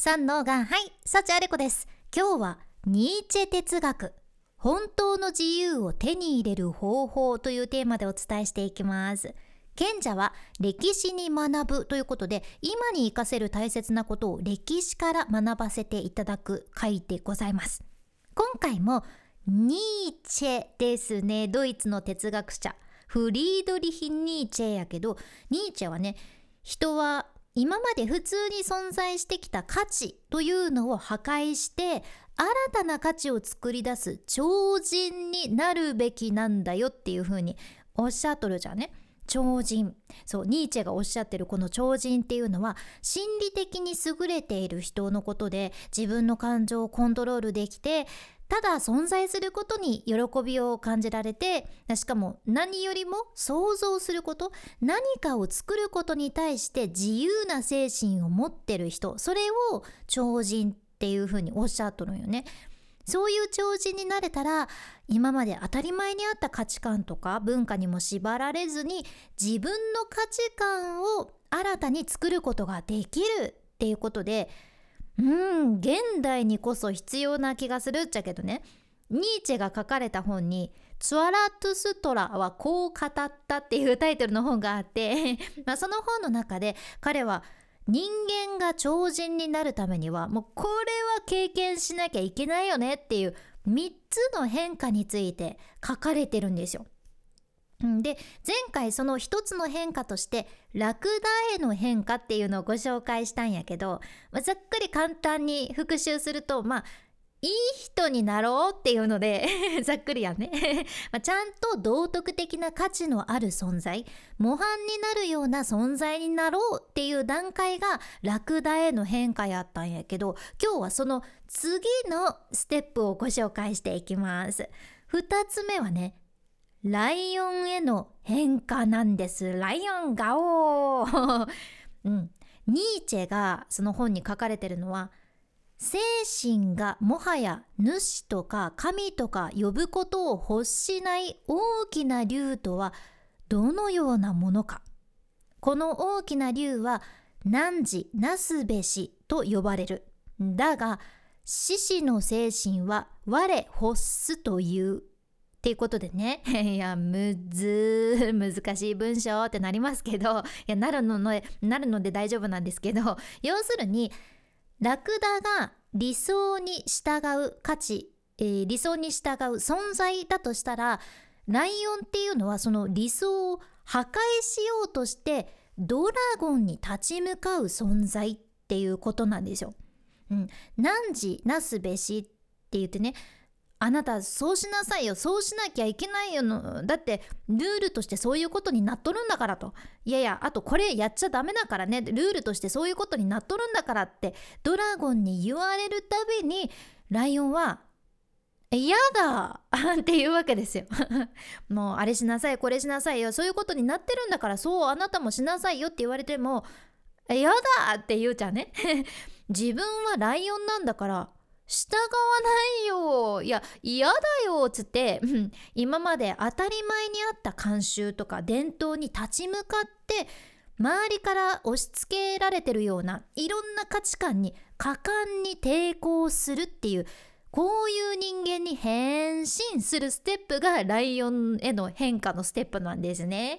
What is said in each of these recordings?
三能が幸あれ子です。今日はニーチェ哲学、本当の自由を手に入れる方法というテーマでお伝えしていきます。賢者は歴史に学ぶということで、今に生かせる大切なことを歴史から学ばせていただく回でございます。今回もニーチェですね。ドイツの哲学者フリードリヒ・ニーチェやけど、ニーチェはね、人は今まで普通に存在してきた価値というのを破壊して新たな価値を作り出す超人になるべきなんだよっていう風におっしゃっとるじゃんね。超人。そう、ニーチェがおっしゃってるこの超人っていうのは、心理的に優れている人のことで、自分の感情をコントロールできて、ただ存在することに喜びを感じられて、しかも何よりも想像すること、何かを作ることに対して自由な精神を持ってる人、それを超人っていうふうにおっしゃっとるんよね。そういう超人になれたら、今まで当たり前にあった価値観とか文化にも縛られずに、自分の価値観を新たに作ることができるっていうことで、現代にこそ必要な気がするっちゃけどね。ニーチェが書かれた本にツアラトゥストラはこう語ったっていうタイトルの本があってその本の中で彼は、人間が超人になるためにはもうこれは経験しなきゃいけないよねっていう3つの変化について書かれてるんですよ。で、前回その一つの変化としてラクダへの変化っていうのをご紹介したんやけど、ざっくり簡単に復習すると、いい人になろうっていうのでざっくりやねちゃんと道徳的な価値のある存在、模範になるような存在になろうっていう段階がラクダへの変化やったんやけど、今日はその次のステップをご紹介していきます。2つ目はね、ライオンへの変化なんです。ライオンガオーニーチェがその本に書かれてるのは、精神がもはや主とか神とか呼ぶことを欲しない大きな竜とはどのようなものか。この大きな竜は汝なすべしと呼ばれる。だが獅子の精神は我欲すというっていうことでねいや難しい文章ってなりますけど、なるので大丈夫なんですけど、要するにラクダが理想に従う価値、理想に従う存在だとしたら、ライオンっていうのはその理想を破壊しようとしてドラゴンに立ち向かう存在っていうことなんですよ。汝なすべしって言ってね、あなたそうしなさいよ、そうしなきゃいけないよだってルールとしてそういうことになっとるんだからと、いやいやあとこれやっちゃダメだからね、ルールとしてそういうことになっとるんだからってドラゴンに言われるたびに、ライオンは嫌だっていうわけですよもうあれしなさいこれしなさいよ、そういうことになってるんだから、そうあなたもしなさいよって言われても嫌だって言うじゃんね自分はライオンなんだから従わないよ、いや嫌だよっつって今まで当たり前にあった慣習とか伝統に立ち向かって周りから押し付けられてるようないろんな価値観に果敢に抵抗するっていう、こういう人間に変身するステップがライオンへの変化のステップなんですね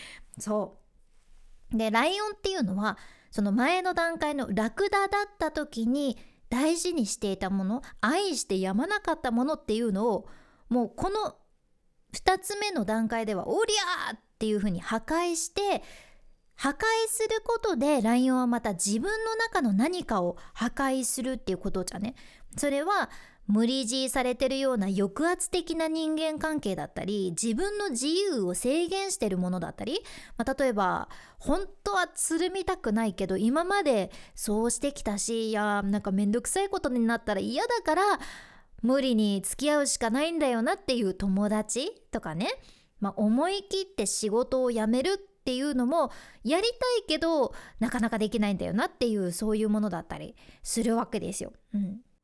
そうで、ライオンっていうのはその前の段階のラクダだった時に大事にしていたもの、愛してやまなかったものっていうのを、もうこの2つ目の段階ではおりゃーっていう風に破壊して、破壊することでライオンはまた自分の中の何かを破壊するっていうことじゃね。それは無理強いされてるような抑圧的な人間関係だったり、自分の自由を制限してるものだったり、例えば本当はつるみたくないけど今までそうしてきたし、いやなんかめんどくさいことになったら嫌だから無理に付き合うしかないんだよなっていう友達とかね、思い切って仕事を辞めるっていうのもやりたいけどなかなかできないんだよなっていう、そういうものだったりするわけですよ。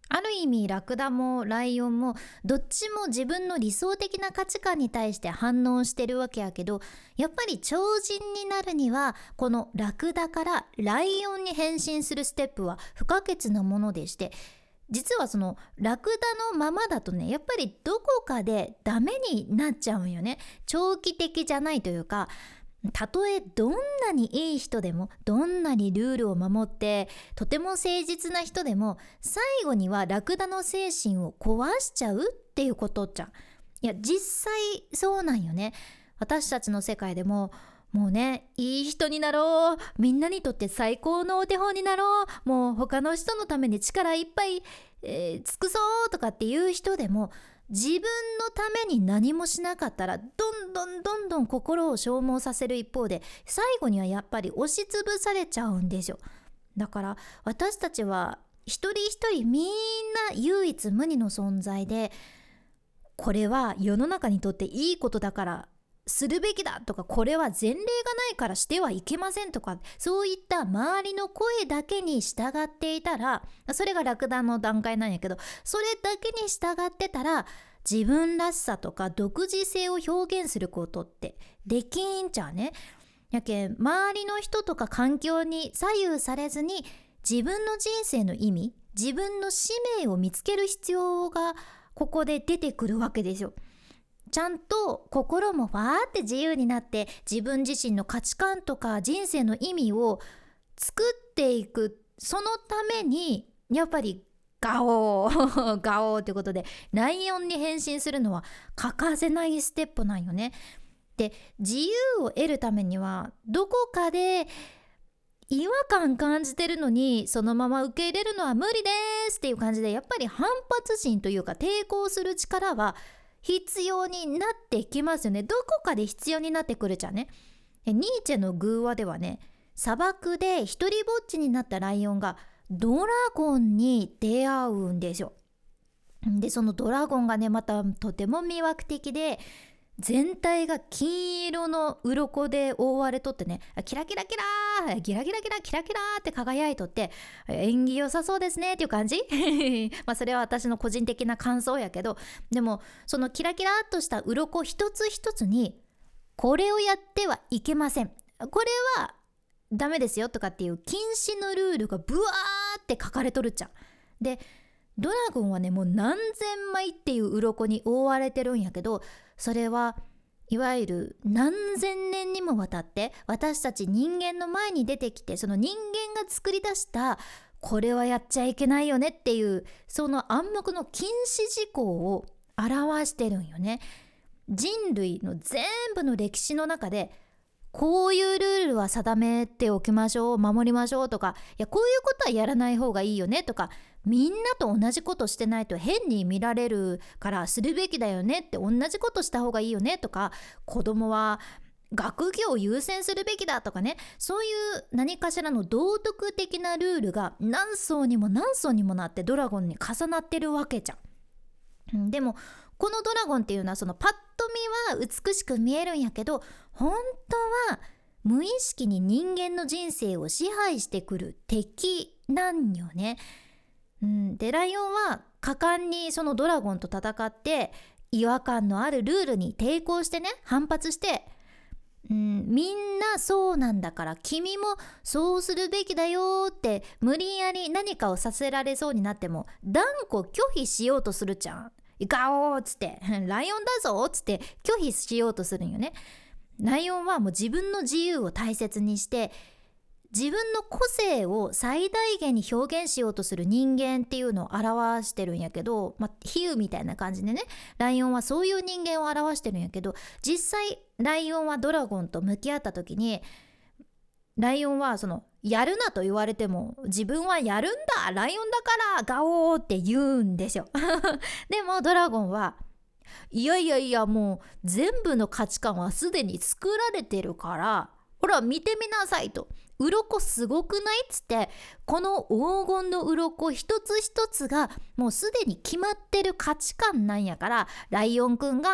ある意味ラクダもライオンもどっちも自分の理想的な価値観に対して反応してるわけやけど、やっぱり超人になるにはこのラクダからライオンに変身するステップは不可欠なものでして、実はそのラクダのままだとね、やっぱりどこかでダメになっちゃうんよね。長期的じゃないというか、たとえどんなにいい人でも、どんなにルールを守ってとても誠実な人でも、最後にはラクダの精神を壊しちゃうっていうことじゃん。いや実際そうなんよね。私たちの世界でももうね、いい人になろう、みんなにとって最高のお手本になろう、もう他の人のために力いっぱい、尽くそうとかっていう人でも、自分のために何もしなかったらどんどん心を消耗させる一方で、最後にはやっぱり押しつぶされちゃうんですよ。だから私たちは一人一人みんな唯一無二の存在で、これは世の中にとっていいことだからするべきだとか、これは前例がないからしてはいけませんとか、そういった周りの声だけに従っていたら、それがラクダの段階なんやけど、それだけに従ってたら自分らしさとか独自性を表現することってできんちゃうね。やけん周りの人とか環境に左右されずに、自分の人生の意味、自分の使命を見つける必要がここで出てくるわけですよ。ちゃんと心もわーって自由になって、自分自身の価値観とか人生の意味を作っていく。そのためにやっぱりガオーガオーってことでライオンに変身するのは欠かせないステップなんよね。で、自由を得るためにはどこかで違和感感じてるのにそのまま受け入れるのは無理ですっていう感じで、やっぱり反発心というか抵抗する力は必要になってきますよね。どこかで必要になってくるじゃんね。ニーチェの寓話ではね、砂漠で一人ぼっちになったライオンがドラゴンに出会うんですよ。でそのドラゴンがね、またとても魅惑的で、全体が金色の鱗で覆われとってね、キラキラキラーギラギラギラキラキラーって輝いとって、縁起良さそうですねっていう感じまあそれは私の個人的な感想やけど、でもそのキラキラっとした鱗一つ一つに、これをやってはいけません、これはダメですよとかっていう禁止のルールがブワーって書かれとるっちゃ。でドラゴンはね、もう何千枚っていう鱗に覆われてるんやけど、それはいわゆる何千年にもわたって私たち人間の前に出てきて、その人間が作り出したこれはやっちゃいけないよねっていうその暗黙の禁止事項を表してるんよね。人類の全部の歴史の中でこういうルールは定めておきましょう、守りましょうとか、いやこういうことはやらない方がいいよねとか、みんなと同じことしてないと変に見られるからするべきだよねって、同じことした方がいいよねとか、子供は学業を優先するべきだとかね、そういう何かしらの道徳的なルールが何層にも何層にもなってドラゴンに重なってるわけじゃん。でもこのドラゴンっていうのはそのパッと見は美しく見えるんやけど、本当は無意識に人間の人生を支配してくる敵なんよね。でライオンは果敢にそのドラゴンと戦って違和感のあるルールに抵抗してね、反発して、みんなそうなんだから君もそうするべきだよって無理やり何かをさせられそうになっても断固拒否しようとするじゃん。ガオーっつってライオンだぞっつって拒否しようとするんよね。ライオンはもう自分の自由を大切にして自分の個性を最大限に表現しようとする人間っていうのを表してるんやけど、比喩みたいな感じでね、ライオンはそういう人間を表してるんやけど、実際ライオンはドラゴンと向き合った時に、ライオンはそのやるなと言われても自分はやるんだ、ライオンだからガオーって言うんですよでもドラゴンはいやいやいや、もう全部の価値観はすでに作られてるからほら見てみなさいと、鱗すごくないっつって、この黄金の鱗一つ一つがもうすでに決まってる価値観なんやから、ライオンくんが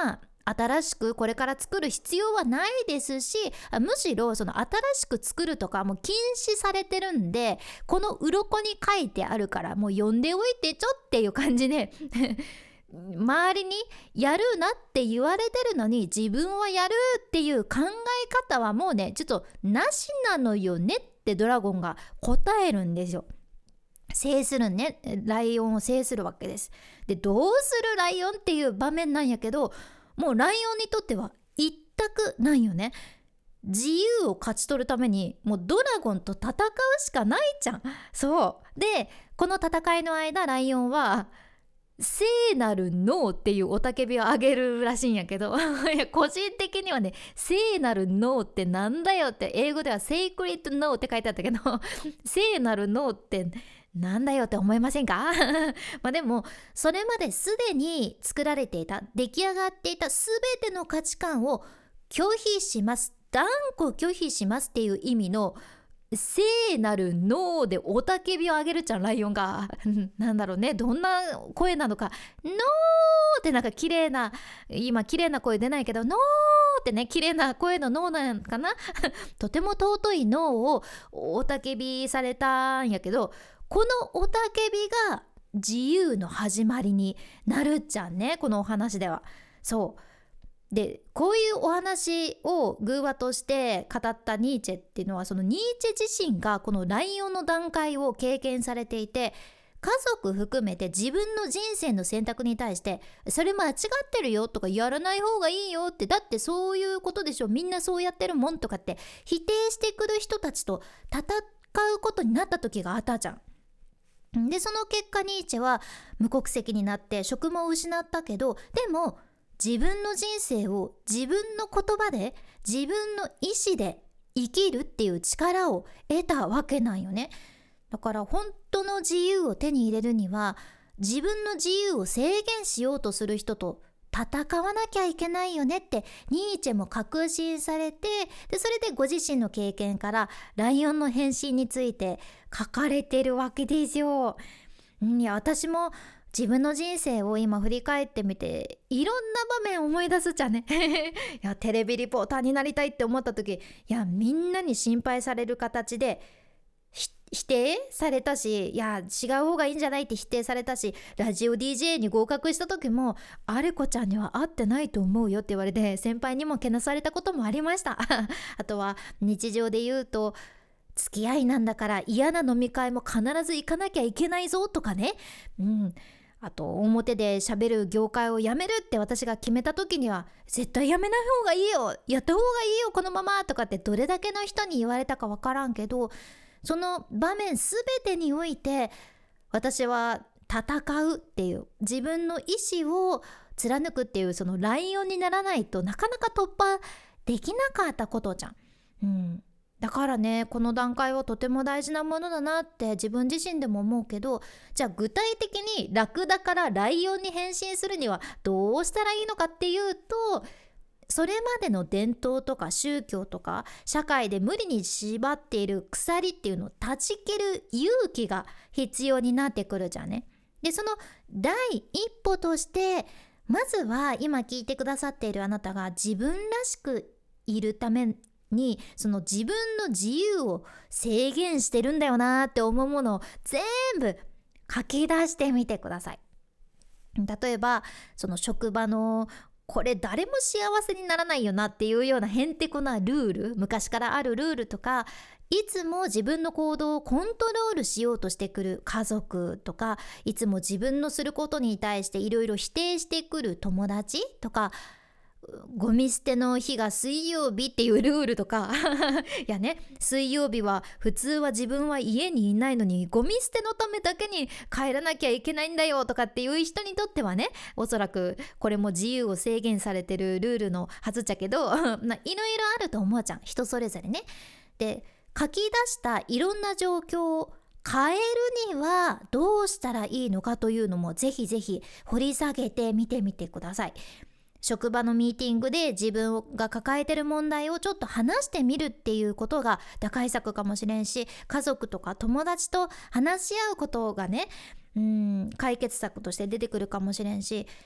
新しくこれから作る必要はないですし、むしろその新しく作るとかも禁止されてるんで、この鱗に書いてあるからもう読んでおいてちょっていう感じで周りにやるなって言われてるのに自分はやるっていう考え方はもうねちょっとなしなのよねってドラゴンが答えるんですよ。制するね、ライオンを制するわけです。で、どうするライオンっていう場面なんやけど、もうライオンにとっては一択なんよね。自由を勝ち取るためにもうドラゴンと戦うしかないじゃん。そうで、この戦いの間ライオンは聖なるノーっていう雄たけびをあげるらしいんやけどいや個人的にはね、聖なるノーってなんだよって、英語ではセイクリッドノーって書いてあったけど聖なるノーってなんだよって思いませんかまあでもそれまですでに作られていた出来上がっていた全ての価値観を拒否します、断固拒否しますっていう意味の聖なるノーで雄たけびを上げるじゃんライオンがなんだろうね、どんな声なのか、ノーってなんか綺麗な、今綺麗な声出ないけどノーってね、綺麗な声のノーなんかなとても尊いノーを雄たけびされたんやけど、この雄たけびが自由の始まりになるじゃんね、このお話では。そうで、こういうお話を偶話として語ったニーチェっていうのは、そのニーチェ自身がこのライオンの段階を経験されていて、家族含めて自分の人生の選択に対してそれ間違ってるよとかやらない方がいいよって、だってそういうことでしょ、みんなそうやってるもんとかって否定してくる人たちと戦うことになった時があったじゃん。でその結果ニーチェは無国籍になって職も失ったけど、でも自分の人生を自分の言葉で自分の意思で生きるっていう力を得たわけなんよね。だから本当の自由を手に入れるには、自分の自由を制限しようとする人と戦わなきゃいけないよねってニーチェも確信されて、でそれでご自身の経験からライオンの変身について書かれてるわけですよ。いや私も自分の人生を今振り返ってみていろんな場面を思い出すじゃねいやテレビリポーターになりたいって思った時、いやみんなに心配される形で否定されたし、いや違う方がいいんじゃないって否定されたし、ラジオ DJ に合格した時もあれこちゃんには合ってないと思うよって言われて先輩にもけなされたこともありましたあとは日常で言うと、付き合いなんだから嫌な飲み会も必ず行かなきゃいけないぞとかね、あと表で喋る業界を辞めるって私が決めた時には、絶対辞めない方がいいよ、やった方がいいよこのままとかってどれだけの人に言われたかわからんけど、その場面すべてにおいて私は戦うっていう自分の意思を貫くっていう、そのライオンにならないとなかなか突破できなかったことじゃん。だからね、この段階はとても大事なものだなって自分自身でも思うけど、じゃあ具体的にラクダからライオンに変身するにはどうしたらいいのかっていうと、それまでの伝統とか宗教とか社会で無理に縛っている鎖っていうのを断ち切る勇気が必要になってくるじゃんね。でその第一歩として、まずは今聞いてくださっているあなたが自分らしくいるために、その自分の自由を制限してるんだよなって思うものを全部書き出してみてください。例えばその職場のこれ誰も幸せにならないよなっていうようなへんてこなルール、昔からあるルールとか、いつも自分の行動をコントロールしようとしてくる家族とか、いつも自分のすることに対していろいろ否定してくる友達とか、ゴミ捨ての日が水曜日っていうルールとかいやね、水曜日は普通は自分は家にいないのにゴミ捨てのためだけに帰らなきゃいけないんだよとかっていう人にとってはね、おそらくこれも自由を制限されてるルールのはずじゃけどいろいろあると思うじゃん、人それぞれね。で書き出したいろんな状況を変えるにはどうしたらいいのかというのもぜひぜひ掘り下げてみてみてください。職場のミーティングで自分が抱えてる問題をちょっと話してみるっていうことが打開策かもしれんし、家族とか友達と話し合うことがね、解決策として出てくるかもしれんし、こ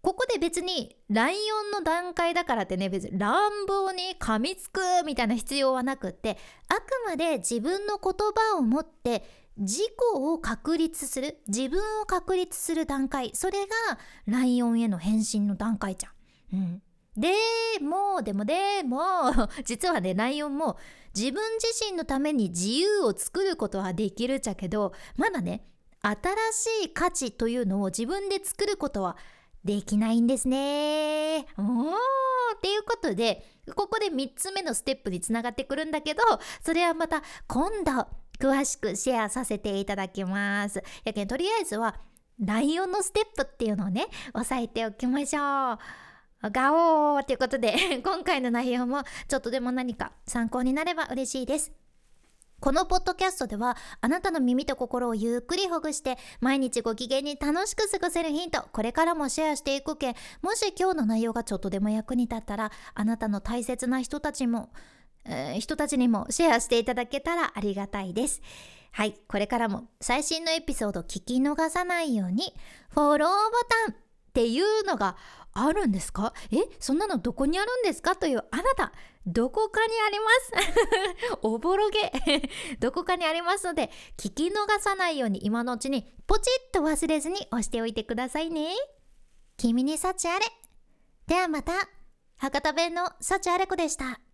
ここで別にライオンの段階だからってね、別に乱暴に噛みつくみたいな必要はなくって、あくまで自分の言葉を持って自己を確立する、自分を確立する段階、それがライオンへの変身の段階じゃん。でも実はね、ライオンも自分自身のために自由を作ることはできるっちゃけど、まだね、新しい価値というのを自分で作ることはできないんですね。っていうことで、ここで3つ目のステップにつながってくるんだけど、それはまた今度詳しくシェアさせていただきます。やけんとりあえずはライオンのステップっていうのをね、押さえておきましょう。ガオーということで今回の内容もちょっとでも何か参考になれば嬉しいです。このポッドキャストではあなたの耳と心をゆっくりほぐして毎日ご機嫌に楽しく過ごせるヒント、これからもシェアしていくけん、もし今日の内容がちょっとでも役に立ったら、あなたの大切な人たちにもシェアしていただけたらありがたいです。はい、これからも最新のエピソード聞き逃さないようにフォローボタンっていうのがあるんですか？そんなのどこにあるんですかというあなた、どこかにありますおぼろげどこかにありますので、聞き逃さないように今のうちにポチッと忘れずに押しておいてくださいね。君に幸あれ。ではまた。博多弁の幸あれ子でした。